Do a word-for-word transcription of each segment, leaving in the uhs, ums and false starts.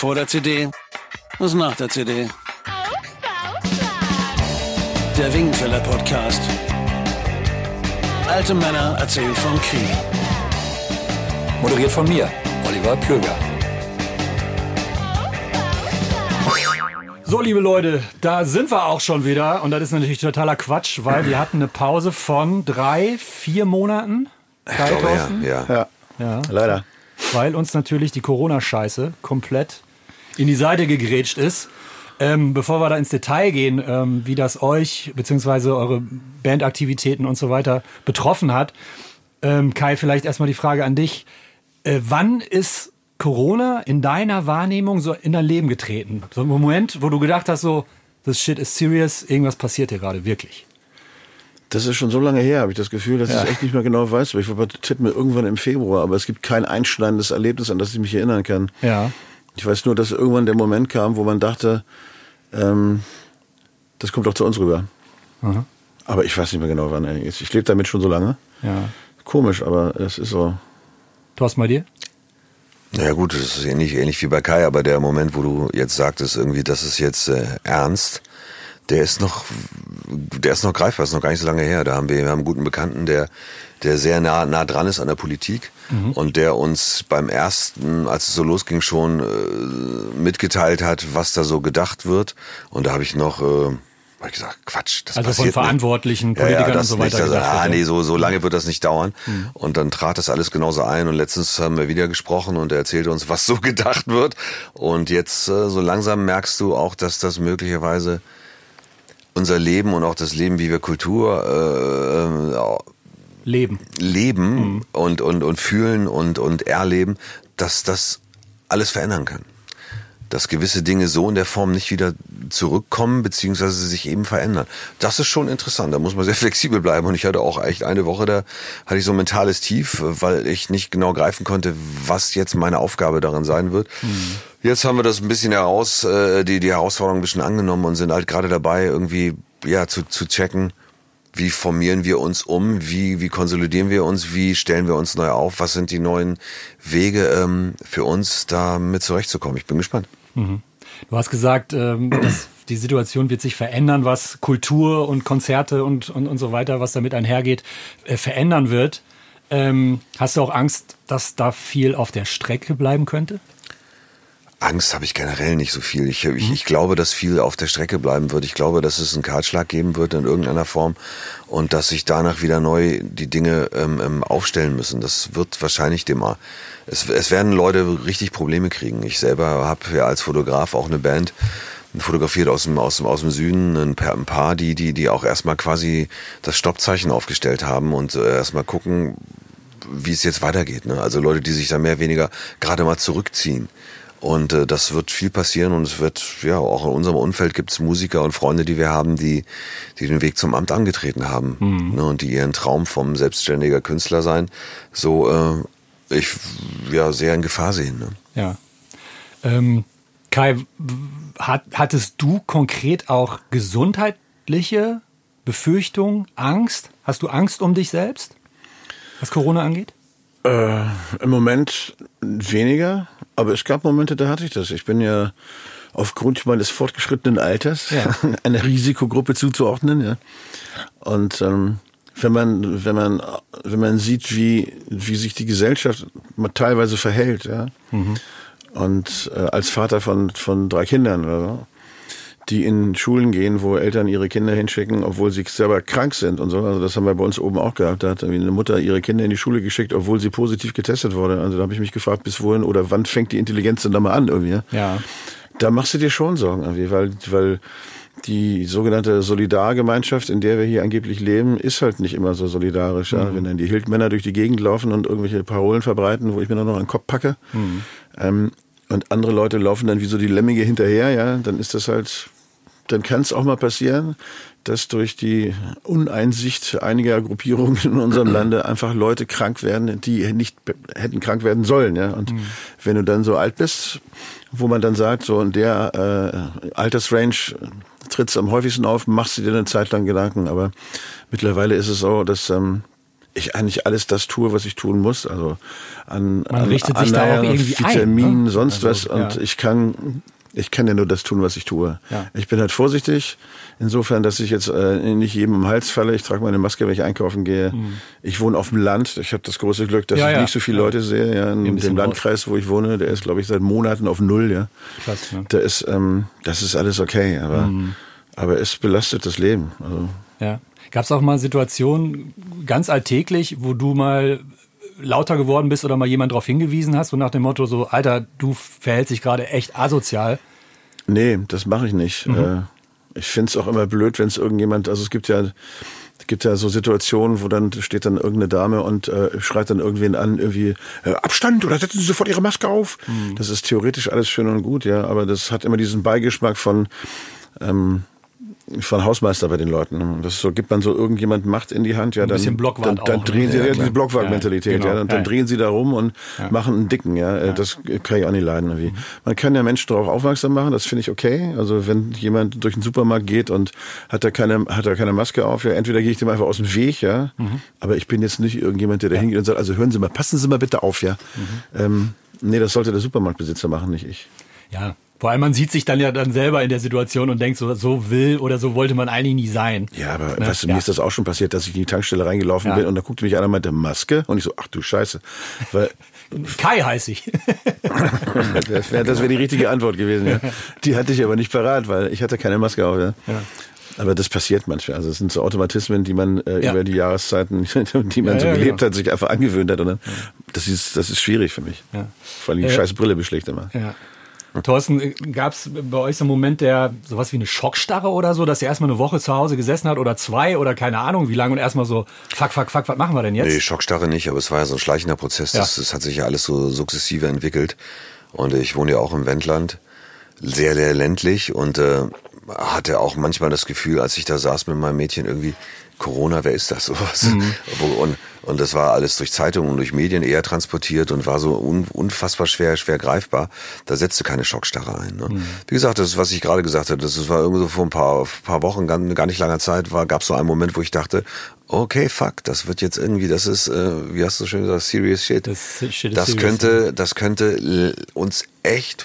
Vor der C D, was nach der C D. Der Wingenfeller Podcast. Alte Männer erzählen vom Krieg. Moderiert von mir, Oliver Plöger. So, liebe Leute, da sind wir auch schon wieder. Und das ist natürlich totaler Quatsch, weil wir hatten eine Pause von drei, vier Monaten. Ich glaube, ja, ja. Ja, leider. Weil uns natürlich die Corona-Scheiße komplett in die Seite gegrätscht ist. Ähm, bevor wir da ins Detail gehen, ähm, wie das euch bzw. eure Bandaktivitäten und so weiter betroffen hat, ähm, Kai, vielleicht erstmal die Frage an dich. Äh, wann ist Corona in deiner Wahrnehmung so in dein Leben getreten? So ein Moment, wo du gedacht hast, so, this shit is serious, irgendwas passiert hier gerade, wirklich. Das ist schon so lange her, habe ich das Gefühl, dass ja. ich echt nicht mehr genau weiß. Ich war bei Tippen irgendwann im Februar, aber es gibt kein einschneidendes Erlebnis, an das ich mich erinnern kann. Ja. Ich weiß nur, dass irgendwann der Moment kam, wo man dachte, ähm, das kommt doch zu uns rüber. Aha. Aber ich weiß nicht mehr genau, wann. Ich lebe damit schon so lange. Ja. Komisch, aber es ist so. Thorsten, bei dir? Naja gut, das ist ähnlich, ähnlich wie bei Kai, aber der Moment, wo du jetzt sagtest, irgendwie, das ist jetzt äh, ernst, der ist noch, der ist noch greifbar, ist noch gar nicht so lange her. Da haben wir, wir haben einen guten Bekannten, der, der sehr nah, nah dran ist an der Politik mhm. und der uns beim ersten, als es so losging, schon äh, mitgeteilt hat, was da so gedacht wird. Und da habe ich noch, äh, hab ich gesagt, Quatsch, das also passiert von verantwortlichen nicht. Politikern ja, ja, das und so weiter. Nicht, also, gedacht ah, wird, nee, so, so lange wird das nicht dauern. Mhm. Und dann trat das alles genauso ein. Und letztens haben wir wieder gesprochen und er erzählte uns, was so gedacht wird. Und jetzt äh, so langsam merkst du auch, dass das möglicherweise unser Leben und auch das Leben, wie wir Kultur äh, leben, leben mhm. und, und, und fühlen und, und erleben, dass das alles verändern kann. Dass gewisse Dinge so in der Form nicht wieder zurückkommen, beziehungsweise sich eben verändern. Das ist schon interessant, da muss man sehr flexibel bleiben. Und ich hatte auch echt eine Woche, da hatte ich so ein mentales Tief, weil ich nicht genau greifen konnte, was jetzt meine Aufgabe darin sein wird. Mhm. Jetzt haben wir das ein bisschen heraus, die, die Herausforderung ein bisschen angenommen und sind halt gerade dabei, irgendwie ja zu, zu checken, wie formieren wir uns um, wie, wie konsolidieren wir uns, wie stellen wir uns neu auf, was sind die neuen Wege ähm, für uns, da mit zurechtzukommen. Ich bin gespannt. Mhm. Du hast gesagt, ähm, dass die Situation wird sich verändern, was Kultur und Konzerte und, und, und so weiter, was damit einhergeht, äh, verändern wird. Ähm, hast du auch Angst, dass da viel auf der Strecke bleiben könnte? Angst habe ich generell nicht so viel. Ich, ich, ich glaube, dass viel auf der Strecke bleiben wird. Ich glaube, dass es einen Kahlschlag geben wird in irgendeiner Form und dass sich danach wieder neu die Dinge ähm, aufstellen müssen. Das wird wahrscheinlich dem... Es, es werden Leute richtig Probleme kriegen. Ich selber habe ja als Fotograf auch eine Band fotografiert aus dem, aus dem, aus dem Süden, ein paar, ein paar die, die, die auch erstmal quasi das Stoppzeichen aufgestellt haben und äh, erstmal gucken, wie es jetzt weitergeht. Ne? Also Leute, die sich da mehr oder weniger gerade mal zurückziehen. Und äh, das wird viel passieren und es wird, ja, auch in unserem Umfeld gibt es Musiker und Freunde, die wir haben, die die den Weg zum Amt angetreten haben, mhm. ne, und die ihren Traum vom selbstständiger Künstler sein, so äh, ich ja sehr in Gefahr sehen. Ne? Ja. Ähm, Kai, hat, hattest du konkret auch gesundheitliche Befürchtungen, Angst? Hast du Angst um dich selbst, was Corona angeht? Äh, im Moment weniger, aber es gab Momente, da hatte ich das. Ich bin ja aufgrund meines fortgeschrittenen Alters ja. einer Risikogruppe zuzuordnen, ja. Und ähm, wenn man, wenn man, wenn man sieht, wie wie sich die Gesellschaft teilweise verhält, ja, mhm. und äh, als Vater von von drei Kindern oder so, die in Schulen gehen, wo Eltern ihre Kinder hinschicken, obwohl sie selber krank sind und so. Also das haben wir bei uns oben auch gehabt. Da hat eine Mutter ihre Kinder in die Schule geschickt, obwohl sie positiv getestet wurde. Also da habe ich mich gefragt, bis wohin oder wann fängt die Intelligenz denn da mal an irgendwie. Ja. Da machst du dir schon Sorgen irgendwie, weil, weil die sogenannte Solidargemeinschaft, in der wir hier angeblich leben, ist halt nicht immer so solidarisch. Ja? Mhm. Wenn dann die Hildmänner durch die Gegend laufen und irgendwelche Parolen verbreiten, wo ich mir dann noch einen Kopf packe, mhm. ähm, und andere Leute laufen dann wie so die Lemminge hinterher, ja, dann ist das halt, dann kann es auch mal passieren, dass durch die Uneinsicht einiger Gruppierungen in unserem Lande einfach Leute krank werden, die nicht hätten krank werden sollen, ja. Und mhm. wenn du dann so alt bist, wo man dann sagt, so in der äh, Altersrange tritt's am häufigsten auf, machst du dir eine Zeit lang Gedanken. Aber mittlerweile ist es so, dass ähm, ich eigentlich alles das tue, was ich tun muss. Also an, Man an richtet sich da auch irgendwie Vitaminen, ein, ne? sonst also, was. Und ja. ich kann, ich kann ja nur das tun, was ich tue. Ja. Ich bin halt vorsichtig, insofern, dass ich jetzt äh, nicht jedem um den Hals falle. Ich trage meine Maske, wenn ich einkaufen gehe. Mhm. Ich wohne auf dem Land. Ich habe das große Glück, dass ja, ich ja. nicht so viele ja. Leute sehe. Ja, in dem Landkreis, wo ich wohne, der ist, glaube ich, seit Monaten auf Null. Ja. Krass, ne? Da ist, ähm, das ist alles okay, aber, mhm. aber es belastet das Leben. Also. Ja. Gab es auch mal Situationen, ganz alltäglich, wo du mal lauter geworden bist oder mal jemand darauf hingewiesen hast, so nach dem Motto, so, Alter, du verhältst dich gerade echt asozial? Nee, das mache ich nicht. Mhm. Ich finde es auch immer blöd, wenn es irgendjemand, also es gibt ja, es gibt ja so Situationen, wo dann steht dann irgendeine Dame und äh, schreit dann irgendwen an, irgendwie äh, Abstand oder setzen Sie sofort Ihre Maske auf. Mhm. Das ist theoretisch alles schön und gut, ja, aber das hat immer diesen Beigeschmack von ähm, von Hausmeister bei den Leuten. Das ist so, gibt man so irgendjemand Macht in die Hand, ja, dann, ein dann, dann auch, drehen ne? sie, ja, ja, diese Blockwart-Mentalität, ja, genau. ja, dann, dann ja. drehen sie da rum und ja. machen einen Dicken, ja, ja. Das kann ich auch nicht leiden, irgendwie. Mhm. Man kann ja Menschen darauf aufmerksam machen, das finde ich okay. Also, wenn jemand durch den Supermarkt geht und hat da keine, hat da keine Maske auf, ja, entweder gehe ich dem einfach aus dem Weg, ja, mhm. aber ich bin jetzt nicht irgendjemand, der da hingeht ja. und sagt, also hören Sie mal, passen Sie mal bitte auf, ja. Mhm. Ähm, nee, das sollte der Supermarktbesitzer machen, nicht ich. Ja. Vor allem, man sieht sich dann ja dann selber in der Situation und denkt, so, so will oder so wollte man eigentlich nie sein. Ja, aber ne? weißt du, ja. mir ist das auch schon passiert, dass ich in die Tankstelle reingelaufen ja. bin und da guckte mich einer und meinte, Maske? Und ich so, ach du Scheiße. Weil Kai heiße ich. das wäre das wär die richtige Antwort gewesen. Ja. Die hatte ich aber nicht parat, weil ich hatte keine Maske auf. Ja. Ja. Aber das passiert manchmal. Also es sind so Automatismen, die man äh, ja. über die Jahreszeiten, die man ja, so ja, gelebt genau. hat, sich einfach angewöhnt hat. Und dann, ja. das ist, das ist schwierig für mich. Ja. Vor allem die äh, scheiß Brille beschlägt immer. Ja. Thorsten, gab es bei euch so einen Moment, der sowas wie eine Schockstarre oder so, dass ihr erstmal eine Woche zu Hause gesessen hat oder zwei oder keine Ahnung wie lange und erstmal so, fuck, fuck, fuck, was machen wir denn jetzt? Nee, Schockstarre nicht, aber es war ja so ein schleichender Prozess. Ja. Das, das hat sich ja alles so sukzessive entwickelt. Und ich wohne ja auch im Wendland, sehr, sehr ländlich und äh, hatte auch manchmal das Gefühl, als ich da saß mit meinem Mädchen irgendwie, Corona, wer ist das sowas? Mhm. Und, und das war alles durch Zeitungen und durch Medien eher transportiert und war so un, unfassbar schwer, schwer greifbar. Da setzte keine Schockstarre ein. Ne? Mhm. Wie gesagt, das ist, was ich gerade gesagt habe, das war irgendwie so vor ein paar, paar Wochen, gar, gar nicht langer Zeit, war, gab es so einen Moment, wo ich dachte, okay, fuck, das wird jetzt irgendwie, das ist, äh, wie hast du schon gesagt, serious shit. Das, shit das serious, könnte, ja. das könnte uns echt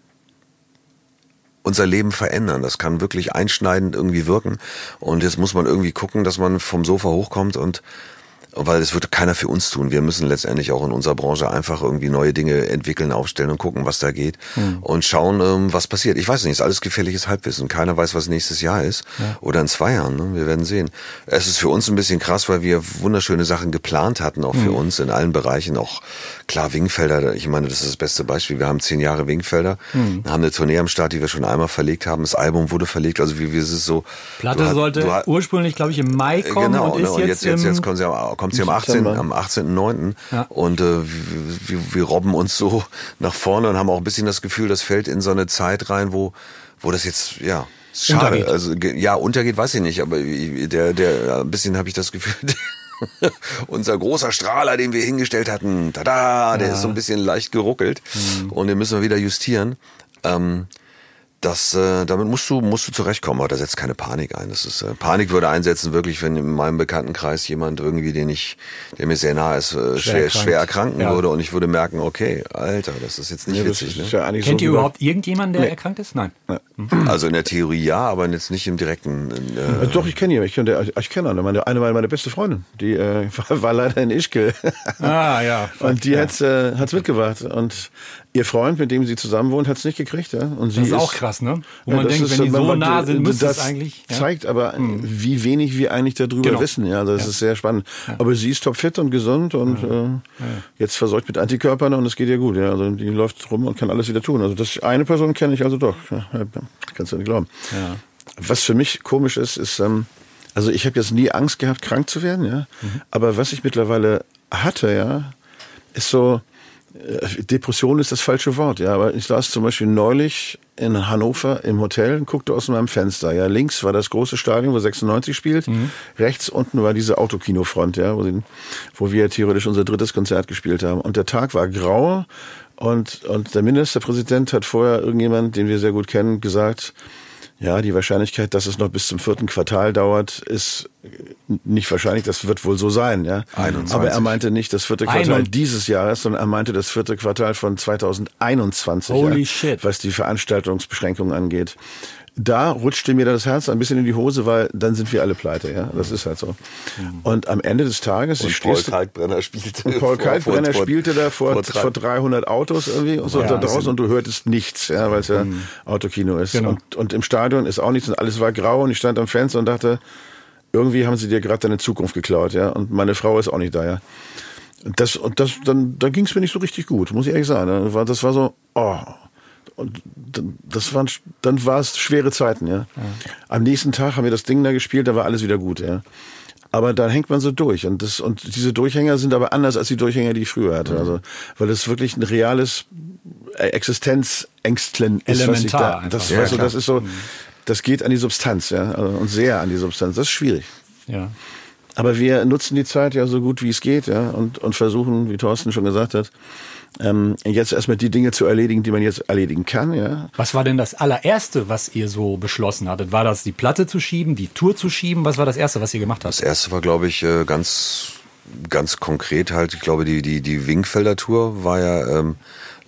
unser Leben verändern. Das kann wirklich einschneidend irgendwie wirken. Und jetzt muss man irgendwie gucken, dass man vom Sofa hochkommt und weil es wird keiner für uns tun. Wir müssen letztendlich auch in unserer Branche einfach irgendwie neue Dinge entwickeln, aufstellen und gucken, was da geht mhm. und schauen, ähm, was passiert. Ich weiß nicht, es ist alles gefährliches Halbwissen. Keiner weiß, was nächstes Jahr ist ja. oder in zwei Jahren. Ne? Wir werden sehen. Es ist für uns ein bisschen krass, weil wir wunderschöne Sachen geplant hatten, auch für mhm. uns in allen Bereichen. Auch klar, Wingfelder, ich meine, das ist das beste Beispiel. Wir haben zehn Jahre Wingfelder, mhm. haben eine Tournee am Start, die wir schon einmal verlegt haben. Das Album wurde verlegt, also wie wir es ist so. Platte hat, sollte hat, ursprünglich, glaube ich, im Mai kommen genau, und ist und jetzt, jetzt, jetzt, im jetzt kommen sie am kommt sie am achtzehnten am achtzehnten neunten Ja. Und äh, wir, wir, wir robben uns so nach vorne und haben auch ein bisschen das Gefühl, das fällt in so eine Zeit rein, wo wo das jetzt, ja, schade. Untergeht. Also ja, untergeht, weiß ich nicht, aber der, der ein bisschen habe ich das Gefühl, unser großer Strahler, den wir hingestellt hatten, tada, ja. der ist so ein bisschen leicht geruckelt mhm. und den müssen wir wieder justieren. Ähm, Das, äh, damit musst du, musst du zurechtkommen, aber da setzt keine Panik ein. Das ist, äh, Panik würde einsetzen, wirklich, wenn in meinem Bekanntenkreis jemand irgendwie, den ich, der mir sehr nahe ist, äh, schwer, schwer erkranken ja. würde und ich würde merken, okay, Alter, das ist jetzt nicht nee, witzig. Ist ne? ja Kennt so ihr überhaupt irgendjemanden, der nee. erkrankt ist? Nein. Ja. Also in der Theorie ja, aber jetzt nicht im direkten. Äh, Doch, ich kenne ihn. Ich kenne ich kenn eine, meine, eine meine beste Freundin. Die äh, war, war leider in Ischgl. Ah, ja. Und die ja. hat's, äh, hat's mitgebracht. Und ihr Freund, mit dem sie zusammen wohnt, hat's nicht gekriegt. Ja? Und sie das ist, ist auch krass, ne? Wo ja, man denkt, ist, wenn die so man, nah sind, müsste das es eigentlich. Ja? zeigt aber, mhm. wie wenig wir eigentlich darüber genau. wissen. Ja, das ja. ist sehr spannend. Ja. Aber sie ist topfit und gesund und ja. Äh, ja. jetzt versorgt mit Antikörpern und es geht ihr gut. Ja, also die läuft rum und kann alles wieder tun. Also das eine Person kenne ich also doch. Ja, kannst du nicht glauben. Ja. Was für mich komisch ist, ist, ähm, also ich habe jetzt nie Angst gehabt, krank zu werden, ja. Mhm. Aber was ich mittlerweile hatte, ja, ist so, äh, Depression ist das falsche Wort, ja. Aber ich saß zum Beispiel neulich in Hannover im Hotel und guckte aus meinem Fenster. Ja, links war das große Stadion, wo sechsundneunzig spielt. Mhm. Rechts unten war diese Autokinofront, ja, wo, sie, wo wir theoretisch unser drittes Konzert gespielt haben. Und der Tag war grau. Und, und der Ministerpräsident hat vorher irgendjemand, den wir sehr gut kennen, gesagt, Ja, die Wahrscheinlichkeit, dass es noch bis zum vierten Quartal dauert, ist nicht wahrscheinlich. Das wird wohl so sein, ja. einundzwanzig. Aber er meinte nicht das vierte Quartal Einund- dieses Jahres, sondern er meinte das vierte Quartal von zweitausendeinundzwanzig. Holy ja, shit. was die Veranstaltungsbeschränkungen angeht. Da rutschte mir das Herz ein bisschen in die Hose, weil dann sind wir alle pleite, ja. Das ist halt so. Und am Ende des Tages, Und ich Paul stehst- Kalkbrenner spielte. und Paul vor- Kalkbrenner vor- spielte da vor, vor vor, drei- dreihundert Autos irgendwie und so Ja, da das draußen und du hörtest nichts, ja, weil es ja Autokino ist. Genau. Und, und im Stadion ist auch nichts und alles war grau und ich stand am Fenster und dachte, irgendwie haben sie dir gerade deine Zukunft geklaut, ja. Und meine Frau ist auch nicht da, ja. Und das, und das, dann, da ging es mir nicht so richtig gut, muss ich ehrlich sagen. Das war, das war so, oh. Und dann, das waren, dann war es schwere Zeiten, ja. ja. Am nächsten Tag haben wir das Ding da gespielt, da war alles wieder gut, ja. Aber dann hängt man so durch und das, und diese Durchhänger sind aber anders als die Durchhänger, die ich früher hatte. Also, weil das wirklich ein reales Existenzängstlen ist, Elementar was ich da, einfach. das, Ja, weißt du, klar. das ist so, das geht an die Substanz, ja. Also, und sehr an die Substanz. Das ist schwierig. Ja. Aber wir nutzen die Zeit ja so gut wie es geht, ja, und, und versuchen, wie Thorsten schon gesagt hat, ähm, jetzt erstmal die Dinge zu erledigen, die man jetzt erledigen kann, ja. Was war denn das allererste, was ihr so beschlossen hattet? War das die Platte zu schieben, die Tour zu schieben? Was war das erste, was ihr gemacht habt? Das erste war, glaube ich, äh, ganz, ganz konkret halt. Ich glaube, die, die, die Wingfelder Tour war ja ähm,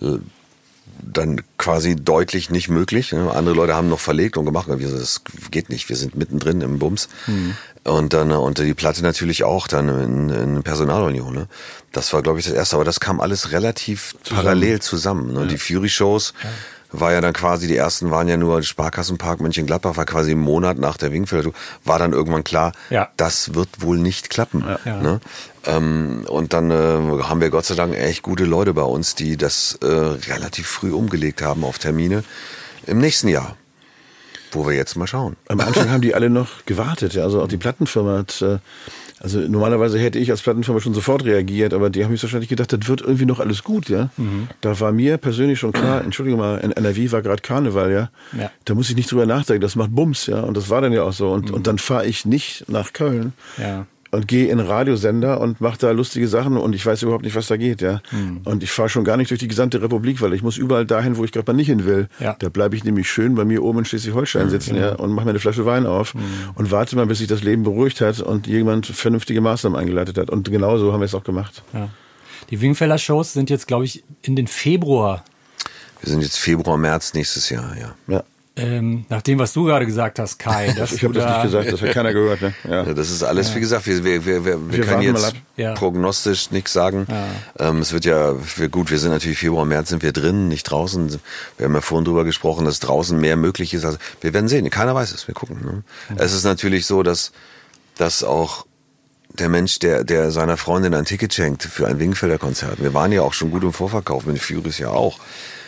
dann quasi deutlich nicht möglich. Andere Leute haben noch verlegt und gemacht. Wir, das geht nicht. Wir sind mittendrin im Bums. Mhm. Und dann und die Platte natürlich auch dann in, in Personalunion. Ne? Das war, glaube ich, das erste. Aber das kam alles relativ zusammen. parallel zusammen. Ne? Ja. Die Fury-Shows ja. war ja dann quasi, die ersten waren ja nur Sparkassenpark Mönchengladbach, war quasi einen Monat nach der Wingfelder Tour. War dann irgendwann klar, ja. das wird wohl nicht klappen. Ja. Ne? Ähm, und dann äh, haben wir Gott sei Dank echt gute Leute bei uns, die das äh, relativ früh umgelegt haben auf Termine im nächsten Jahr. Wo wir jetzt mal schauen. Am Anfang haben die alle noch gewartet. Ja. Also auch die Plattenfirma hat, äh, also normalerweise hätte ich als Plattenfirma schon sofort reagiert, aber die haben sich wahrscheinlich gedacht, das wird irgendwie noch alles gut, ja. Mhm. Da war mir persönlich schon klar, Entschuldigung mal, in N R W war gerade Karneval, ja? ja. Da muss ich nicht drüber nachdenken, das macht Bums, ja. Und das war dann ja auch so. Und, mhm. und dann fahre ich nicht nach Köln. Ja. Und gehe in einen Radiosender und mache da lustige Sachen und ich weiß überhaupt nicht, was da geht, ja. Mhm. Und ich fahre schon gar nicht durch die gesamte Republik, weil ich muss überall dahin, wo ich gerade mal nicht hin will. Ja. Da bleibe ich nämlich schön bei mir oben in Schleswig-Holstein sitzen, mhm. ja, und mache mir eine Flasche Wein auf mhm. und warte mal, bis sich das Leben beruhigt hat und jemand vernünftige Maßnahmen eingeleitet hat. Und genau so haben wir es auch gemacht. Ja. Die Wingfeller-Shows sind jetzt, glaube ich, in den Februar. Wir sind jetzt Februar, März nächstes Jahr, ja. Ja. Ähm, nach dem, was du gerade gesagt hast, Kai. Dass ich habe das nicht gesagt, das hat keiner gehört. Ne? Ja. Ja, das ist alles, ja. wie gesagt, wir, wir, wir, wir, wir können jetzt ja. prognostisch nichts sagen. Ja. Ähm, es wird ja, wir, gut, wir sind natürlich Februar, März sind wir drin, nicht draußen. Wir haben ja vorhin drüber gesprochen, dass draußen mehr möglich ist. Also wir werden sehen, keiner weiß es, wir gucken. Ne? Mhm. Es ist natürlich so, dass, dass auch der Mensch, der, der seiner Freundin ein Ticket schenkt für ein Wingfelder Konzert, wir waren ja auch schon gut im Vorverkauf, mit den Furies ja auch.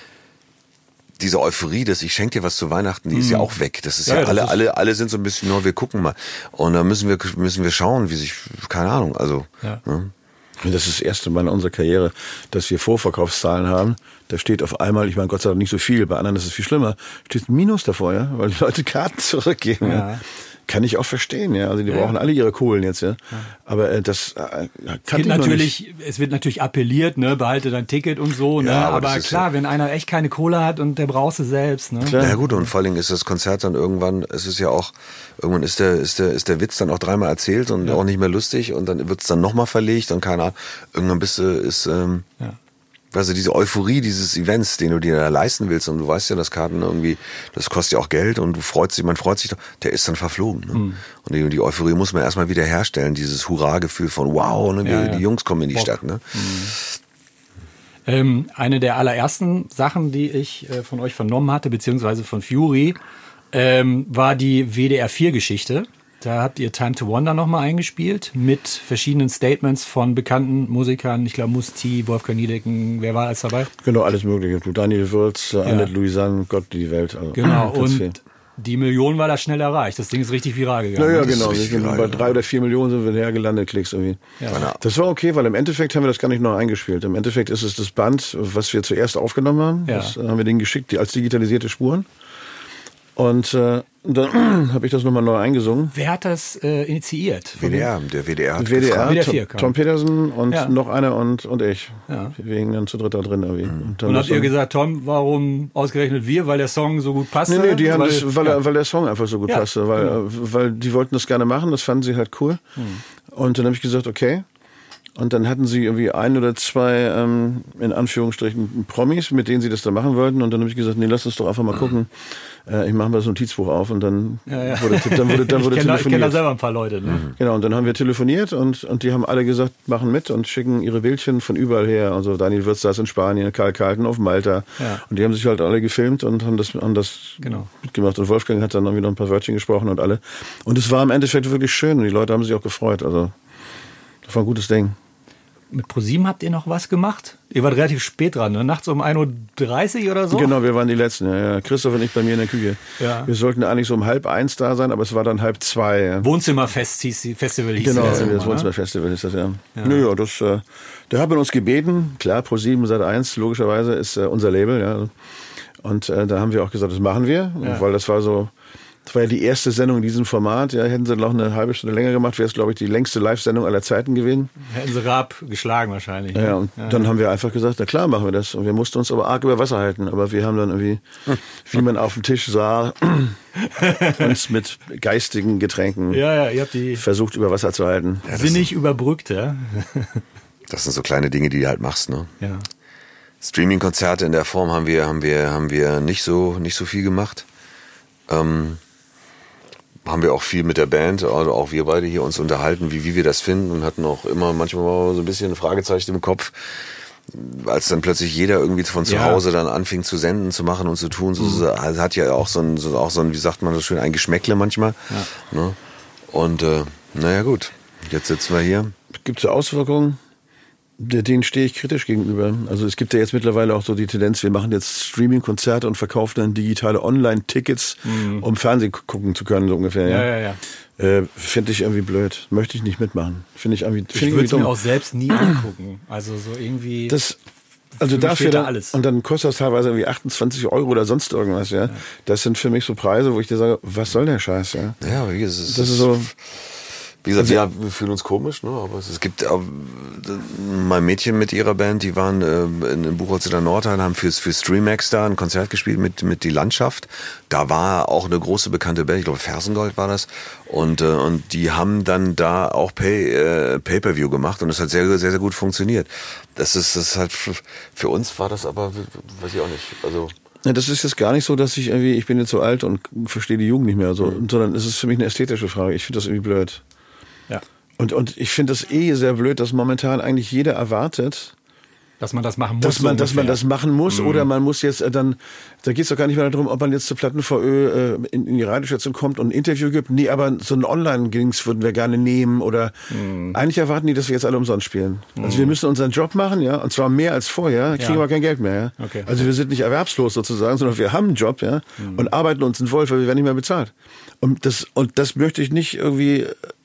Diese Euphorie, dass ich schenke dir was zu Weihnachten, die ist ja auch weg. Das ist ja, ja das alle, ist alle, alle sind so ein bisschen, nur wir gucken mal. Und da müssen wir, müssen wir schauen, wie sich, keine Ahnung, also. Ja. Ne? Das ist das erste Mal in unserer Karriere, dass wir Vorverkaufszahlen haben. Da steht auf einmal, ich meine, Gott sei Dank nicht so viel, bei anderen ist es viel schlimmer, steht ein Minus davor, ja, weil die Leute Karten zurückgeben. Ja. Ja. Kann ich auch verstehen, ja. Also die ja. brauchen alle ihre Kohlen jetzt, ja. Aber äh, das äh, kann ich natürlich, es wird natürlich appelliert, ne, behalte dein Ticket und so, ne. Ja, aber aber klar, ja wenn einer echt keine Kohle hat und der braucht sie selbst, ne. Klar. Ja gut, und vor allen Dingen ist das Konzert dann irgendwann, es ist ja auch, irgendwann ist der, ist der, ist der Witz dann auch dreimal erzählt und ja. auch nicht mehr lustig und dann wird's dann nochmal verlegt und keine Ahnung, irgendwann bist du, ist, ähm, ja. Also diese Euphorie dieses Events, den du dir da leisten willst, und du weißt ja, dass Karten irgendwie, das kostet ja auch Geld und du freust dich, man freut sich doch, der ist dann verflogen. Ne? Mhm. Und die, die Euphorie muss man erstmal wieder herstellen, dieses Hurra-Gefühl von wow, ne, ja, die, ja. die Jungs kommen in die Bock. Stadt. Ne? Mhm. Ähm, eine der allerersten Sachen, die ich äh, von euch vernommen hatte, beziehungsweise von Fury, ähm, war die W D R vier Geschichte. Da habt ihr Time to Wonder nochmal eingespielt mit verschiedenen Statements von bekannten Musikern. Ich glaube, Musti, Wolfgang Niedecken, wer war alles dabei? Genau, alles Mögliche. Daniel Würz, ja. Annette Louisanne, Gott, die Welt. Also, genau, und viel. Die Million war da schnell erreicht. Das Ding ist richtig viral gegangen. Ja, ja, genau. Bei drei oder vier Millionen sind wir hergelandet, Klicks irgendwie. Ja. Das war okay, weil im Endeffekt haben wir das gar nicht noch eingespielt. Im Endeffekt ist es das Band, was wir zuerst aufgenommen haben. Ja. Das haben wir denen geschickt, die als digitalisierte Spuren. Und äh, dann habe ich das nochmal neu eingesungen. Wer hat das äh, initiiert? W D R, der W D R hat W D R, gefragt. W D R vier Tom, kam. Tom Petersen und Ja. noch einer und, und ich. Ja. Wir hingen dann zu dritt da drin irgendwie. Und, dann Und das habt ihr dann- gesagt, Tom, warum ausgerechnet wir? Weil der Song so gut passt? Nee, nee, die haben weil, das, weil, ja. er, weil der Song einfach so gut Ja, passte. Weil, genau. äh, weil die wollten das gerne machen, das fanden sie halt cool. Und dann habe ich gesagt, okay. Und dann hatten sie irgendwie ein oder zwei, ähm, in Anführungsstrichen, Promis, mit denen sie das da machen wollten. Und dann habe ich gesagt, nee, lass uns doch einfach mal gucken. Äh, ich mache mal das Notizbuch auf und dann Ja, ja. wurde, dann wurde, dann wurde ich kenne da, ich kenn da telefoniert. selber ein paar Leute. Ne? Genau, und dann haben wir telefoniert und, und die haben alle gesagt, machen mit und schicken ihre Bildchen von überall her. Also Daniel Würz saß in Spanien, Karl Kalten auf Malta. Ja. Und die haben sich halt alle gefilmt und haben das, haben das Genau. mitgemacht. Und Wolfgang hat dann irgendwie noch ein paar Wörtchen gesprochen und alle. Und es war im Endeffekt wirklich schön und die Leute haben sich auch gefreut. Also das war ein gutes Ding. Mit ProSieben habt ihr noch was gemacht? Ihr wart relativ spät dran, ne? Nachts um ein Uhr dreißig oder so? Genau, wir waren die Letzten. Ja, ja. Christoph und ich bei mir in der Küche. Ja. Wir sollten eigentlich so um halb eins da sein, aber es war dann halb zwei. Ja. Wohnzimmerfest hieß die, Festival hieß Genau, das das, immer, das ne? Wohnzimmerfestival ist das, ja. ja. Nö, ja, das, äh, der hat man uns gebeten, klar, ProSieben Sat eins, logischerweise, ist äh, unser Label, ja. Und äh, da haben wir auch gesagt, das machen wir, Ja. weil das war so, das war ja die erste Sendung in diesem Format, ja, hätten sie noch eine halbe Stunde länger gemacht, wäre es, glaube ich, die längste Live-Sendung aller Zeiten gewesen. Hätten sie Raab geschlagen wahrscheinlich. Ja, ne? und dann haben wir einfach gesagt, na klar machen wir das. Und wir mussten uns aber arg über Wasser halten. Aber wir haben dann irgendwie, wie man auf dem Tisch sah, uns mit geistigen Getränken Ja, ja, ihr habt die versucht, über Wasser zu halten. sinnig überbrückt, ja. Das sind so kleine Dinge, die du halt machst, ne? ja. Streaming-Konzerte in der Form haben wir, haben wir, haben wir nicht so, nicht so viel gemacht. Ähm, haben wir auch viel mit der Band, also auch wir beide hier uns unterhalten, wie, wie wir das finden und hatten auch immer manchmal so ein bisschen ein Fragezeichen im Kopf, als dann plötzlich jeder irgendwie von zu Ja. Hause dann anfing zu senden, zu machen und zu tun. So, so, also hat ja auch so ein, so, auch so ein, wie sagt man so schön, ein Geschmäckle manchmal. Ne? Und äh, naja gut, jetzt sitzen wir hier. Gibt es Auswirkungen? Denen stehe ich kritisch gegenüber. Also es gibt ja jetzt mittlerweile auch so die Tendenz, wir machen jetzt Streaming-Konzerte und verkaufen dann digitale Online-Tickets, um Fernsehen gucken zu können, so ungefähr. Ja, Ja, ja, ja. Äh, Finde ich irgendwie blöd. Möchte ich nicht mitmachen. Finde ich irgendwie, Ich find würde es irgendwie mir dumm. auch selbst nie angucken. Also so irgendwie. Das, also Für mich dafür fehlt da dann, alles. und dann kostet das teilweise irgendwie achtundzwanzig Euro oder sonst irgendwas, ja. Das sind für mich so Preise, wo ich dir sage, was soll der Scheiß, ja. Ja, aber wie gesagt, es Das ist so, Wie gesagt, ja, wir fühlen uns komisch, ne? Aber es, es gibt äh, mein Mädchen mit ihrer Band, die waren äh, in, in Buchholz in der Nordrhein, haben fürs für Streamax da ein Konzert gespielt mit mit Die Landschaft. Da war auch eine große bekannte Band, ich glaube Fersengold war das, und äh, und die haben dann da auch Pay äh, Pay-per-View gemacht und das hat sehr sehr sehr gut funktioniert. Das ist das ist halt für uns war das aber weiß ich auch nicht. Also ja, das ist jetzt gar nicht so, dass ich irgendwie, ich bin jetzt so alt und verstehe die Jugend nicht mehr, so, sondern es ist für mich eine ästhetische Frage. Ich finde das irgendwie blöd. ja. Und, und ich finde das eh sehr blöd, dass momentan eigentlich jeder erwartet, Dass man das machen muss. dass man, so dass man ungefähr. das machen muss oder man muss jetzt äh, dann, da geht es doch gar nicht mehr darum, ob man jetzt zur Platten-V Ö äh, in, in die Radiostation kommt und ein Interview gibt. Nee, aber so ein Online-Gings würden wir gerne nehmen oder eigentlich erwarten die, dass wir jetzt alle umsonst spielen. Also wir müssen unseren Job machen, ja, und zwar mehr als vorher, kriegen Ja. aber kein Geld mehr, ja. Okay. Also wir sind nicht erwerbslos sozusagen, sondern wir haben einen Job, ja, und arbeiten uns in Wolf, weil wir werden nicht mehr bezahlt. Und das, und das möchte ich nicht irgendwie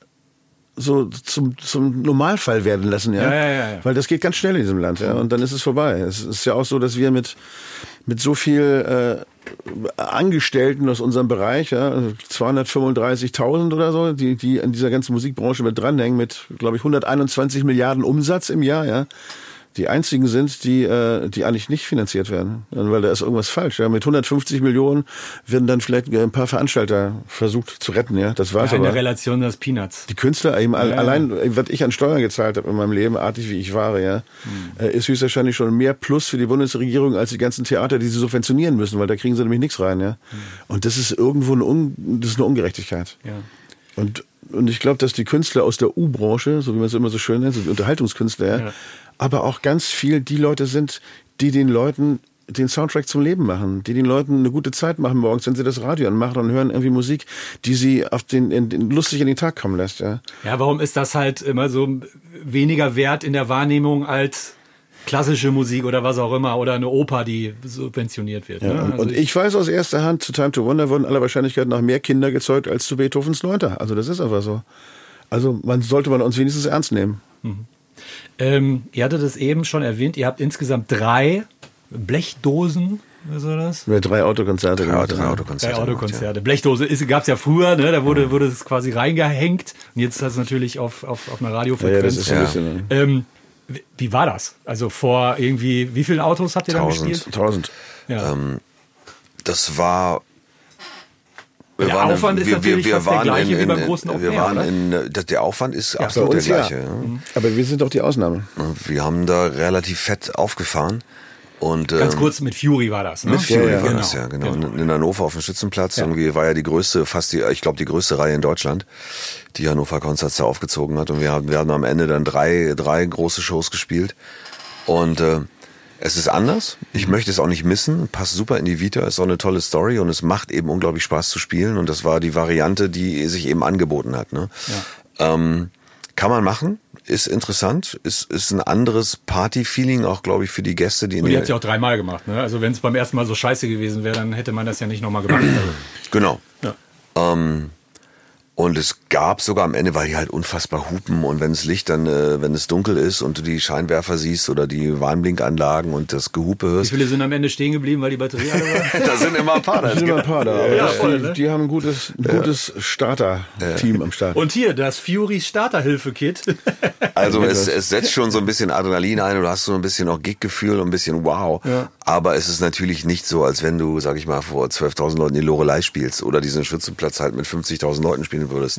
so zum, zum Normalfall werden lassen, ja? Ja, ja, ja, ja. Weil das geht ganz schnell in diesem Land, ja, und dann ist es vorbei. Es ist ja auch so, dass wir mit, mit so viel äh, Angestellten aus unserem Bereich, ja, zweihundertfünfunddreißigtausend oder so, die, die in dieser ganzen Musikbranche mit dranhängen, mit, glaube ich, hunderteinundzwanzig Milliarden Umsatz im Jahr, ja, die einzigen sind, die, äh, die eigentlich nicht finanziert werden. Weil da ist irgendwas falsch. Ja. Mit hundertfünfzig Millionen werden dann vielleicht ein paar Veranstalter versucht zu retten. Ja, das war's Ja, in der aber. Relation des Peanuts. Die Künstler, eben all, Ja. allein, was ich an Steuern gezahlt habe in meinem Leben, artig wie ich war, ja, Hm. ist höchstwahrscheinlich schon mehr Plus für die Bundesregierung als die ganzen Theater, die sie subventionieren müssen, weil da kriegen sie nämlich nichts rein. Ja. Hm. Und das ist irgendwo eine, Un das ist eine Ungerechtigkeit. Ja. Und, und ich glaube, dass die Künstler aus der U-Branche, so wie man es immer so schön nennt, so die Unterhaltungskünstler, ja, Ja. aber auch ganz viel die Leute sind, die den Leuten den Soundtrack zum Leben machen, die den Leuten eine gute Zeit machen morgens, wenn sie das Radio anmachen und hören irgendwie Musik, die sie auf den, in, in, lustig in den Tag kommen lässt. Ja. Ja, warum ist das halt immer so weniger wert in der Wahrnehmung als klassische Musik oder was auch immer oder eine Oper, die subventioniert wird? Ja, Ne? und, Also und ich weiß aus erster Hand, zu Time to Wonder wurden aller Wahrscheinlichkeit nach mehr Kinder gezeugt als zu Beethovens Neunter. Also das ist einfach so. Also man sollte man uns wenigstens ernst nehmen. Ähm, ihr hattet es eben schon erwähnt, ihr habt insgesamt drei Blechdosen Was war das? Wir drei Autokonzerte Drei, gemacht. drei Autokonzerte. Drei Autokonzerte. Blechdose gab es ja früher, ne? Da wurde, wurde es quasi reingehängt. Und jetzt ist das natürlich auf, auf, auf einer Ja, Radiofrequenz. ja, das ist so ein Ja. bisschen. ähm, wie, wie war das? Also vor irgendwie, wie vielen Autos habt ihr dann Tausend. gespielt? Tausend. Ja. Ähm, das war. Wir Der waren, Aufwand ist wir, natürlich wir, wir fast der waren gleiche in, wie beim in, großen Open Wir Air, waren oder? in. Das, der Aufwand ist Bei absolut uns der ja. gleiche. Ja. Aber wir sind doch die Ausnahme. Wir haben da relativ fett aufgefahren. Und, Ganz ähm, kurz, mit Fury war das, ne? Mit Fury Ja, ja. war Genau. das, ja, genau. Genau. In Hannover auf dem Schützenplatz. Ja. Irgendwie war ja die größte, fast die, ich glaube, die größte Reihe in Deutschland, die Hannover Concerts da aufgezogen hat. Und wir haben, wir haben am Ende dann drei, drei große Shows gespielt. Und äh, es ist anders. Ich möchte es auch nicht missen. Passt super in die Vita. Ist auch eine tolle Story und es macht eben unglaublich Spaß zu spielen. Und das war die Variante, die sich eben angeboten hat. Ne? Ja. Ähm, kann man machen. Ist interessant, ist, ist ein anderes Party-Feeling, auch glaube ich für die Gäste, die in Und ihr der- habt ja auch dreimal gemacht, ne? Also wenn es beim ersten Mal so scheiße gewesen wäre, dann hätte man das ja nicht nochmal gemacht. Genau. Ja. Ähm, und es gab sogar am Ende, weil die halt unfassbar hupen und wenn es Licht dann, äh, wenn es dunkel ist und du die Scheinwerfer siehst oder die Warnblinkanlagen und das Gehupe Wie hörst. viele sind am Ende stehen geblieben, weil die Batterie alle war? Da sind immer ein paar. Da sind immer ein paar da. Aber Ja, das- voll, die, ne? die haben ein gutes, ein gutes Starter-Team am Start. Und hier, das Fury Starterhilfe-Kit. Also es, es setzt schon so ein bisschen Adrenalin ein und du hast so ein bisschen auch Gig-Gefühl und ein bisschen wow. Ja. Aber es ist natürlich nicht so, als wenn du, sag ich mal, vor zwölftausend Leuten die Lorelei spielst oder diesen Schützenplatz halt mit fünfzigtausend Leuten spielen würdest. Ja.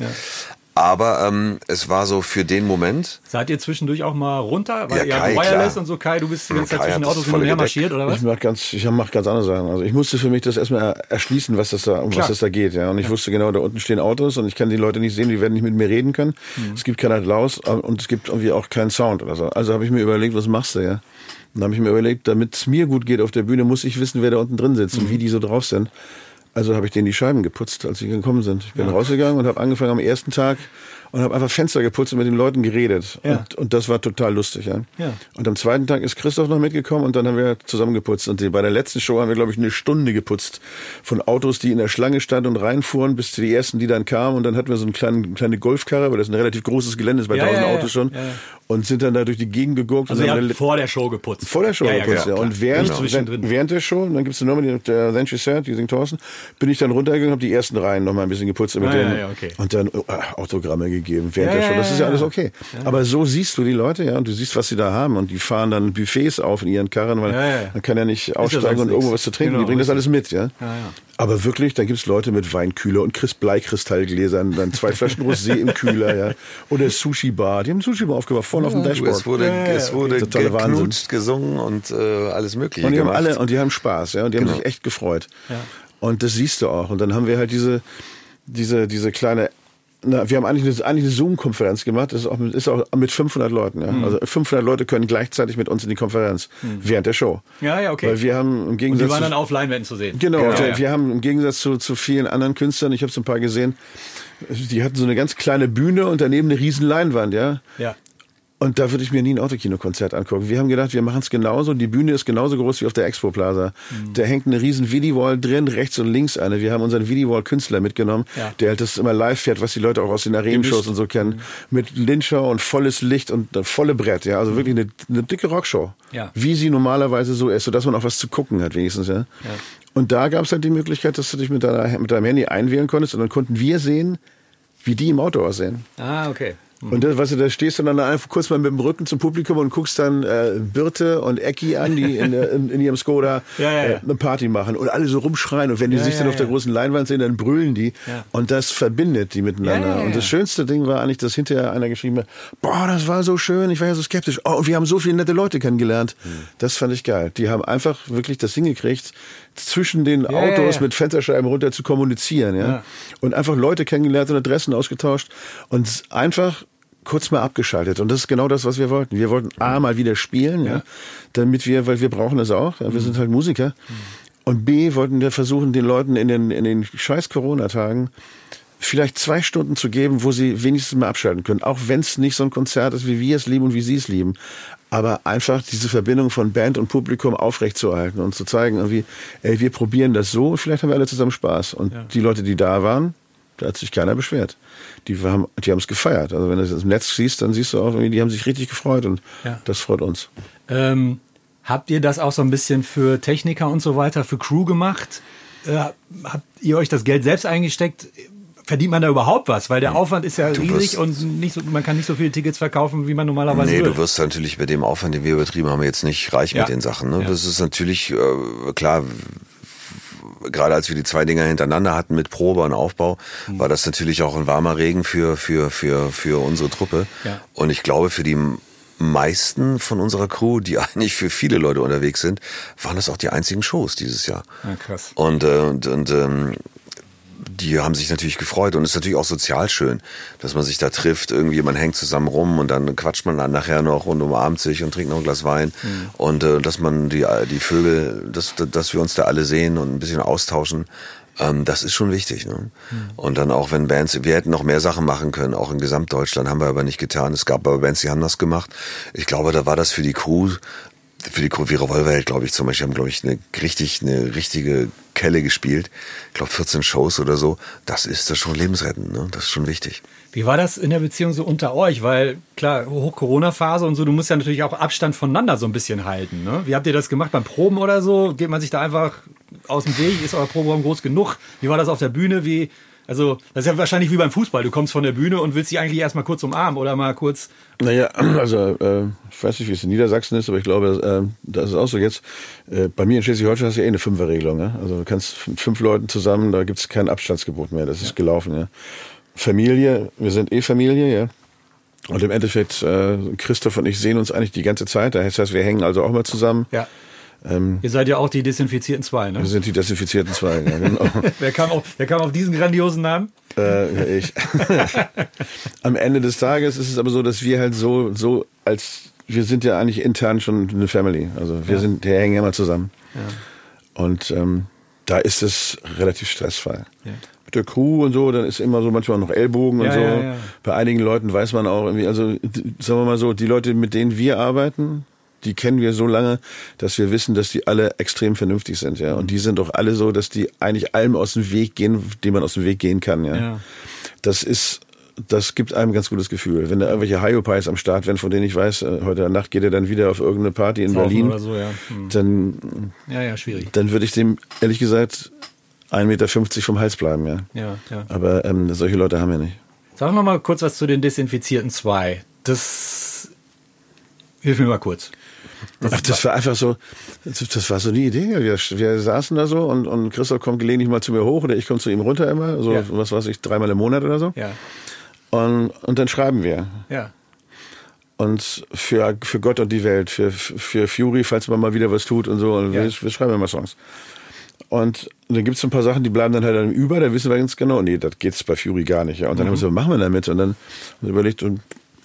Aber ähm, es war so für den Moment. Seid ihr zwischendurch auch mal runter? Weil Ja, ihr habt Kai, Wireless klar. und so. Kai, du bist die ganze Zeit Kai zwischen hat den das Autos hin und volle her Gedeck. marschiert, oder was? Ich mach ganz, ich mach ganz andere Sachen. Also ich musste für mich das erstmal erschließen, was das da, um Klar. was das da geht. Ja. Und ich wusste genau, da unten stehen Autos und ich kann die Leute nicht sehen, die werden nicht mit mir reden können. Mhm. Es gibt keinen Applaus und es gibt irgendwie auch keinen Sound oder so. Also habe ich mir überlegt, was machst du, ja? Und dann habe ich mir überlegt, damit es mir gut geht auf der Bühne, muss ich wissen, wer da unten drin sitzt Mhm. und wie die so drauf sind. Also habe ich denen die Scheiben geputzt, als sie gekommen sind. Ich bin Ja. rausgegangen und habe angefangen am ersten Tag und habe einfach Fenster geputzt und mit den Leuten geredet. Ja. Und, und das war total lustig. Ja. Ja. Und am zweiten Tag ist Christoph noch mitgekommen und dann haben wir zusammen geputzt. Und die, bei der letzten Show haben wir, glaube ich, eine Stunde geputzt. Von Autos, die in der Schlange standen und reinfuhren, bis zu die ersten, die dann kamen. Und dann hatten wir so eine kleine, kleine Golfkarre, weil das ein relativ großes Gelände ist, bei Ja, tausend ja, ja. Autos schon. Ja, ja. Und sind dann da durch die Gegend gegurkt. Also und ihr haben habt eine- vor der Show geputzt. vor der Show ja, ja, geputzt, ja, ja. klar. Und während, Nicht zwischendrin. während, während der Show, dann gibt's eine Nummer, die der Then She Said, die singt Thorsten, bin ich dann runtergegangen, habe die ersten Reihen noch mal ein bisschen geputzt mit Ah, denen ja, ja, okay. und dann äh, Autogramme gegeben während Ja, der Show. Das ja, ist ja ja, alles ja. okay. Aber so siehst du die Leute, ja, und du siehst, was sie da haben und die fahren dann Buffets auf in ihren Karren, weil Ja, ja. man kann ja nicht ja aussteigen sonst und irgendwo nichts. was zu trinken. Genau, die bringen das alles richtig. mit, ja. Ja, ja. Aber wirklich, da gibt's Leute mit Weinkühler und Chris Bleikristallgläsern, dann zwei Flaschen Rosé im Kühler, ja. Oder Sushi-Bar. Die haben einen Sushi-Bar aufgemacht, vorne auf dem Du, Dashboard. es wurde, es wurde Totaler Wahnsinn. geknutscht, gesungen und äh, alles Mögliche Und die haben gemacht. alle, und die haben Spaß, ja, und die haben Genau. sich echt gefreut. Ja. Und das siehst du auch. Und dann haben wir halt diese, diese, diese kleine, na, wir haben eigentlich eine, eigentlich eine Zoom-Konferenz gemacht. Das ist auch, mit- ist auch mit fünfhundert Leuten, ja. Also fünfhundert Leute können gleichzeitig mit uns in die Konferenz während der Show. Ja, ja, okay. Weil wir haben im Und Gegensatz die waren zu, dann auf Leinwänden zu sehen. Genau, Ja, wir, ja. wir haben im Gegensatz zu, zu vielen anderen Künstlern, ich habe so ein paar gesehen, die hatten so eine ganz kleine Bühne und daneben eine riesen Leinwand, ja. Ja. Und da würde ich mir nie ein Autokino-Konzert angucken. Wir haben gedacht, wir machen es genauso. Die Bühne ist genauso groß wie auf der Expo Plaza. Mhm. Da hängt eine riesen Vidi-Wall drin, rechts und links eine. Wir haben unseren Vidi-Wall-Künstler mitgenommen, Ja. der halt das immer live fährt, was die Leute auch aus den Arenen-Shows und so kennen. Mhm. Mit Lyncher und volles Licht und äh, volle Brett. Ja, also wirklich eine, eine dicke Rockshow. Ja. Wie sie normalerweise so ist, sodass man auch was zu gucken hat wenigstens. Ja. Und da gab es halt die Möglichkeit, dass du dich mit, deiner, mit deinem Handy einwählen konntest und dann konnten wir sehen, wie die im Auto aussehen. Ah, okay. Und das, weißt du, da stehst du dann einfach kurz mal mit dem Rücken zum Publikum und guckst dann äh, Birte und Ecki an, die in, der- in, in ihrem Skoda Ja, ja, ja. Äh, eine Party machen und alle so rumschreien. Und wenn die Ja, sich ja, dann auf der ja. großen Leinwand sehen, dann brüllen die. Ja. Und das verbindet die miteinander. Ja, ja, ja. Und das schönste Ding war eigentlich, dass hinterher einer geschrieben hat, boah, das war so schön, ich war ja so skeptisch. Oh, und wir haben so viele nette Leute kennengelernt. Hm. Das fand ich geil. Die haben einfach wirklich das hingekriegt, zwischen den ja, Autos ja. mit Fensterscheiben runter zu kommunizieren. Ja? Ja. Und einfach Leute kennengelernt und Adressen ausgetauscht. Und einfach kurz mal abgeschaltet. Und das ist genau das, was wir wollten. Wir wollten A, mal wieder spielen, ja, damit wir, weil wir brauchen das auch, ja, wir sind halt Musiker. Und B, wollten wir versuchen, den Leuten in den, in den scheiß Corona-Tagen vielleicht zwei Stunden zu geben, wo sie wenigstens mal abschalten können. Auch wenn es nicht so ein Konzert ist, wie wir es lieben und wie sie es lieben. Aber einfach diese Verbindung von Band und Publikum aufrechtzuerhalten und zu zeigen, irgendwie, ey, wir probieren das so und vielleicht haben wir alle zusammen Spaß. Und die Leute, die da waren, da hat sich keiner beschwert. Die haben die haben es gefeiert. Also wenn du das im Netz siehst, dann siehst du auch, irgendwie, die haben sich richtig gefreut und Ja. das freut uns. Ähm, Habt ihr das auch so ein bisschen für Techniker und so weiter, für Crew gemacht? Äh, habt ihr euch das Geld selbst eingesteckt? Verdient man da überhaupt was? Weil der Aufwand ist ja Du riesig wirst- und nicht so, man kann nicht so viele Tickets verkaufen, wie man normalerweise Nee, würde. du wirst natürlich mit dem Aufwand, den wir übertrieben haben, jetzt nicht reich Ja. mit den Sachen. Ne? Ja. Das ist natürlich, äh, klar, gerade als wir die zwei Dinger hintereinander hatten mit Probe und Aufbau, Mhm. war das natürlich auch ein warmer Regen für, für, für, für unsere Truppe. Ja. Und ich glaube, für die meisten von unserer Crew, die eigentlich für viele Leute unterwegs sind, waren das auch die einzigen Shows dieses Jahr. Ja, krass. Und, äh, und, und ähm, die haben sich natürlich gefreut und es ist natürlich auch sozial schön, dass man sich da trifft, irgendwie man hängt zusammen rum und dann quatscht man dann nachher noch und umarmt sich und trinkt noch ein Glas Wein Mhm. und äh, dass man die die Vögel, dass, dass wir uns da alle sehen und ein bisschen austauschen, ähm, das ist schon wichtig. Ne? Mhm. Und dann auch wenn Bands, wir hätten noch mehr Sachen machen können, auch in Gesamtdeutschland, haben wir aber nicht getan. Es gab aber Bands, die haben das gemacht. Ich glaube, da war das für die Crew, für die Crew wie Revolverheld, glaube ich, zum Beispiel, haben, glaube ich, eine richtig, eine richtige Kelle gespielt. Ich glaube, vierzehn Shows oder so. Das ist das schon lebensrettend, ne? Das ist schon wichtig. Wie war das in der Beziehung so unter euch? Weil, klar, Hoch-Corona-Phase und so, du musst ja natürlich auch Abstand voneinander so ein bisschen halten. Ne? Wie habt ihr das gemacht beim Proben oder so? Geht man sich da einfach aus dem Weg? Ist euer Proberaum groß genug? Wie war das auf der Bühne? Wie, also, das ist ja wahrscheinlich wie beim Fußball. Du kommst von der Bühne und willst dich eigentlich erstmal kurz umarmen oder mal kurz... Naja, also äh, ich weiß nicht, wie es in Niedersachsen ist, aber ich glaube, äh, das ist auch so jetzt. Äh, bei mir in Schleswig-Holstein hast du ja eh eine Fünferregelung. Ne? Also du kannst mit fünf Leuten zusammen, da gibt es kein Abstandsgebot mehr. Das ist gelaufen. Ja? Familie, wir sind eh Familie, ja. Und im Endeffekt, äh, Christoph und ich sehen uns eigentlich die ganze Zeit. Das heißt, wir hängen also auch mal zusammen. Ja. Ähm, Ihr seid ja auch die desinfizierten zwei, ne? wir sind die desinfizierten zwei. Ja, genau. Wer kam, auf, wer kam auf diesen grandiosen Namen? äh, ich. Am Ende des Tages ist es aber so, dass wir halt so, so als, wir sind ja eigentlich intern schon eine Family. Also wir Ja. sind, wir hängen ja immer zusammen. Ja. Und ähm, da ist es relativ stressfrei. Ja. Mit der Crew und so, dann ist immer so manchmal noch Ellbogen und Ja, so. ja, ja. Bei einigen Leuten weiß man auch irgendwie, also d- sagen wir mal so, die Leute, mit denen wir arbeiten, die kennen wir so lange, dass wir wissen, dass die alle extrem vernünftig sind, ja. Und die sind auch alle so, dass die eigentlich allem aus dem Weg gehen, dem man aus dem Weg gehen kann, ja. Ja. Das ist, das gibt einem ein ganz gutes Gefühl. Wenn da irgendwelche Hyopies am Start wären, von denen ich weiß, äh, heute Nacht geht er dann wieder auf irgendeine Party in Saufen Berlin, oder so, ja. Hm. dann, Ja, ja, schwierig. dann würde ich dem, ehrlich gesagt, ein Meter fünfzig vom Hals bleiben, ja. Ja, ja. Aber ähm, solche Leute haben wir nicht. Sag noch mal kurz was zu den desinfizierten zwei. Das hilf mir mal kurz. Ach, das war einfach so, das war so die Idee. Wir, wir saßen da so und, und Christoph kommt gelegentlich mal zu mir hoch oder ich komme zu ihm runter immer, so Ja. was weiß ich, dreimal im Monat oder so. Ja, Und, und dann schreiben wir. ja, Und für, für Gott und die Welt, für, für Fury, falls man mal wieder was tut und so. Und Ja. wir, wir schreiben immer Songs. Und dann gibt's so ein paar Sachen, die bleiben dann halt dann über, da wissen wir ganz genau, nee, das geht's bei Fury gar nicht. Ja. Und dann haben wir so, was machen wir damit? Und dann haben wir überlegt, und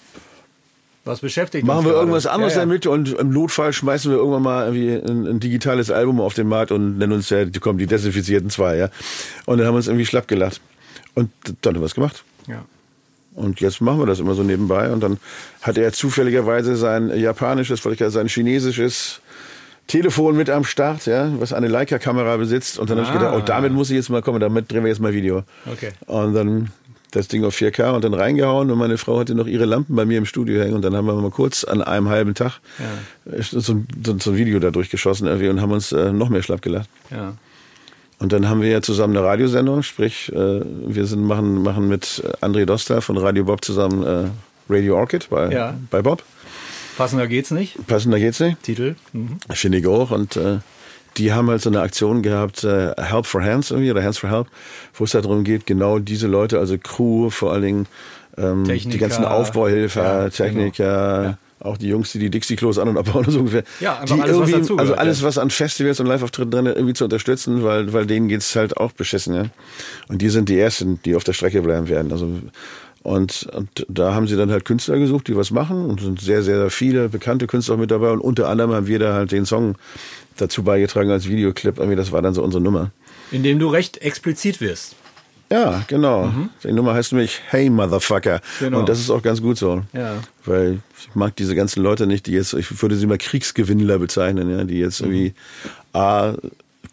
was beschäftigt machen uns wir gerade? irgendwas anderes ja, ja. damit und im Notfall schmeißen wir irgendwann mal irgendwie ein, ein digitales Album auf den Markt und nennen uns ja, die kommen die desinfizierten zwei, ja. Und dann haben wir uns irgendwie schlapp gelacht. Und dann haben wir es gemacht. Ja. Und jetzt machen wir das immer so nebenbei. Und dann hat er zufälligerweise sein japanisches, wollte ich ja, sein chinesisches Telefon mit am Start, ja, was eine Leica-Kamera besitzt. Und dann habe ich gedacht, oh, damit muss ich jetzt mal kommen, damit drehen wir jetzt mal Video. Okay. Und dann das Ding auf vier K und dann reingehauen und meine Frau hatte noch ihre Lampen bei mir im Studio hängen und dann haben wir mal kurz an einem halben Tag Ja. so, so, so ein Video da durchgeschossen irgendwie und haben uns äh, noch mehr schlapp gelacht. Ja. Und dann haben wir ja zusammen eine Radiosendung, sprich äh, wir sind machen machen mit André Doster von Radio Bob zusammen äh, Radio Orchid bei, Ja. bei Bob. Passender geht's nicht. Passender geht's nicht. Titel. Mhm. Finde ich auch. Und äh, die haben halt so eine Aktion gehabt, äh, Help for Hands irgendwie, oder Hands for Help, wo es darum geht, genau diese Leute, also Crew, vor allen Dingen ähm, die Techniker, ganzen Aufbauhelfer, ja, Techniker, genau. Ja. auch die Jungs, die die Dixie-Klos an- und abbauen und so ungefähr. Ja, einfach die alles, was irgendwie, dazugehört, Also alles, ja. was an Festivals und Live-Auftritten drin ist, irgendwie zu unterstützen, weil, weil denen geht's halt auch beschissen, ja. Und die sind die Ersten, die auf der Strecke bleiben werden. Also Und, und da haben sie dann halt Künstler gesucht, die was machen und sind sehr, sehr viele bekannte Künstler mit dabei und unter anderem haben wir da halt den Song dazu beigetragen als Videoclip. Irgendwie, das war dann so unsere Nummer. In dem du recht explizit wirst. Ja, genau. Mhm. Die Nummer heißt nämlich Hey Motherfucker. Genau. Und das ist auch ganz gut so. Ja. Weil ich mag diese ganzen Leute nicht, die jetzt, ich würde sie mal Kriegsgewinnler bezeichnen, ja, die jetzt irgendwie A,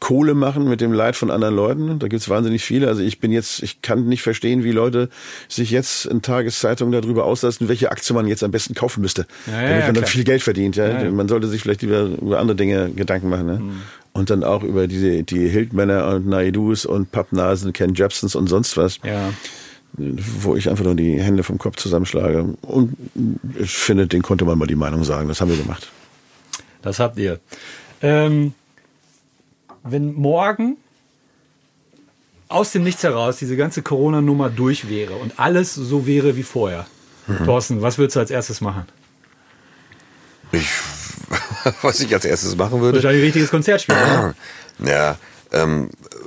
Kohle machen mit dem Leid von anderen Leuten. Da gibt's wahnsinnig viele. Also ich bin jetzt, ich kann nicht verstehen, wie Leute sich jetzt in Tageszeitungen darüber auslassen, welche Aktie man jetzt am besten kaufen müsste, ja, ja, damit man ja, dann viel Geld verdient. Ja? Ja, ja. Man sollte sich vielleicht lieber über andere Dinge Gedanken machen. Ne? Mhm. Und dann auch über diese die Hildmänner und Naidus und Pappnasen, Ken Jebsons und sonst was. Ja. Wo ich einfach nur die Hände vom Kopf zusammenschlage. Und ich finde, den konnte man mal die Meinung sagen. Das haben wir gemacht. Das habt ihr. Ähm, wenn morgen aus dem Nichts heraus diese ganze Corona-Nummer durch wäre und alles so wäre wie vorher, mhm. Thorsten, was würdest du als erstes machen? Ich, was ich als erstes machen würde? Wahrscheinlich ein richtiges Konzert spielen. Ah, ja, ähm,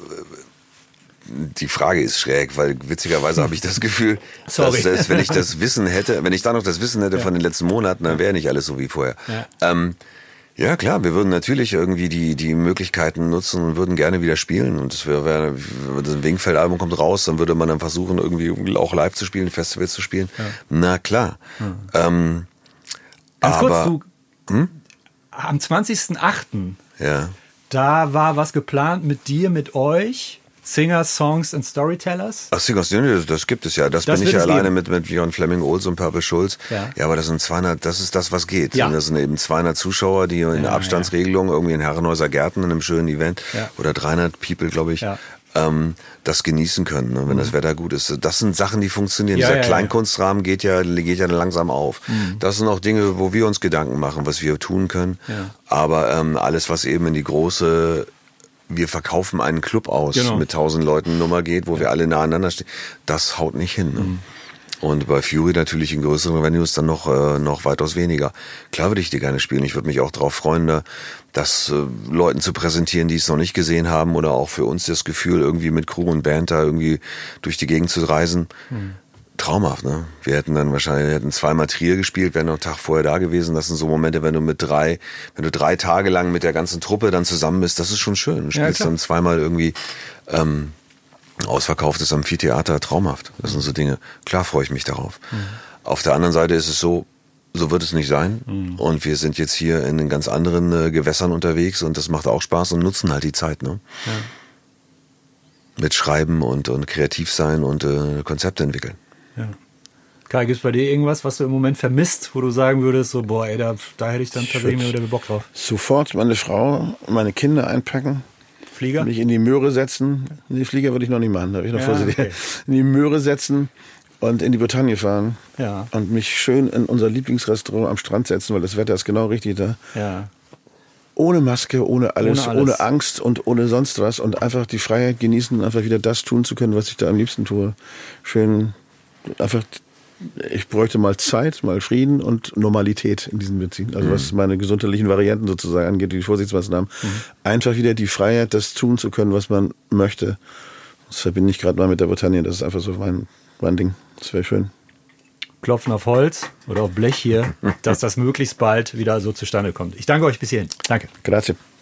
die Frage ist schräg, weil witzigerweise habe ich das Gefühl, Sorry. dass selbst wenn ich das Wissen hätte, wenn ich da noch das Wissen hätte ja. von den letzten Monaten, dann wäre nicht alles so wie vorher. Ja. Ähm, ja klar, wir würden natürlich irgendwie die die Möglichkeiten nutzen und würden gerne wieder spielen. Und das wäre, wär, das Wingfeld-Album kommt raus, dann würde man dann versuchen, irgendwie auch live zu spielen, Festivals zu spielen. Ja. Na klar. Hm. Ähm, Ganz aber, kurz, du, hm? am zwanzigsten achten Ja. da war was geplant mit dir, mit euch, Singers, Songs and Storytellers. Ach, Singers, das, das gibt es ja. Das, Das bin ich wird ja es alleine geben. mit, mit Björn Fleming Olds und Purple Schulz. Ja. ja, aber das sind zweihundert, das ist das, was geht. Ja. Und das sind eben zweihundert Zuschauer, die in der Ja, Abstandsregelung irgendwie in Herrenhäuser Gärten in einem schönen Event Ja. oder dreihundert People, glaube ich, Ja. ähm, das genießen können, ne, wenn mhm. das Wetter gut ist. Das sind Sachen, die funktionieren. Ja, Dieser ja, ja. Kleinkunstrahmen geht ja, geht ja langsam auf. Mhm. Das sind auch Dinge, wo wir uns Gedanken machen, was wir tun können. Ja. Aber ähm, alles, was eben in die große wir verkaufen einen Club aus Genau. mit tausend Leuten Nummer geht, wo wir alle nah aneinander stehen. Das haut nicht hin. Ne? Mhm. Und bei Fury natürlich in größeren Venues dann noch äh, noch weitaus weniger. Klar würde ich die gerne spielen. Ich würde mich auch darauf freuen, da, das äh, Leuten zu präsentieren, die es noch nicht gesehen haben, oder auch für uns das Gefühl, irgendwie mit Crew und Band da irgendwie durch die Gegend zu reisen. Mhm. Traumhaft, ne? Wir hätten dann wahrscheinlich, wir hätten zweimal Trier gespielt, wären noch einen Tag vorher da gewesen. Das sind so Momente, wenn du mit drei, wenn du drei Tage lang mit der ganzen Truppe dann zusammen bist, das ist schon schön. Du spielst ja, dann zweimal irgendwie ähm, ausverkauftes Amphitheater, traumhaft. Das sind so Dinge. Klar freue ich mich darauf. Mhm. Auf der anderen Seite ist es so, so wird es nicht sein. Mhm. Und wir sind jetzt hier in den ganz anderen äh, Gewässern unterwegs und das macht auch Spaß und nutzen halt die Zeit, ne? Ja. Mit Schreiben und, und kreativ sein und äh, Konzepte entwickeln. Ja. Kai, gibt es bei dir irgendwas, was du im Moment vermisst, wo du sagen würdest, so, boah, ey, da, da hätte ich dann tatsächlich wieder Bock drauf? Sofort meine Frau, meine Kinder einpacken. Flieger? Mich in die Möhre setzen. Nee, Flieger würde ich noch nicht machen, da habe ich noch ja, vorsichtig. Okay. In die Möhre setzen und in die Bretagne fahren. Ja. Und mich schön in unser Lieblingsrestaurant am Strand setzen, weil das Wetter ist genau richtig da. Ja. Ohne Maske, ohne alles, ohne alles, ohne Angst und ohne sonst was. Und einfach die Freiheit genießen, einfach wieder das tun zu können, was ich da am liebsten tue. Schön, einfach, ich bräuchte mal Zeit, mal Frieden und Normalität in diesem Beziehen. Also mhm. was meine gesundheitlichen Varianten sozusagen angeht, die Vorsichtsmaßnahmen. Mhm. Einfach wieder die Freiheit, das tun zu können, was man möchte. Das verbinde ich gerade mal mit der Bretagne. Das ist einfach so mein, mein Ding. Das wäre schön. Klopfen auf Holz oder auf Blech hier, dass das möglichst bald wieder so zustande kommt. Ich danke euch bis hierhin. Danke. Grazie.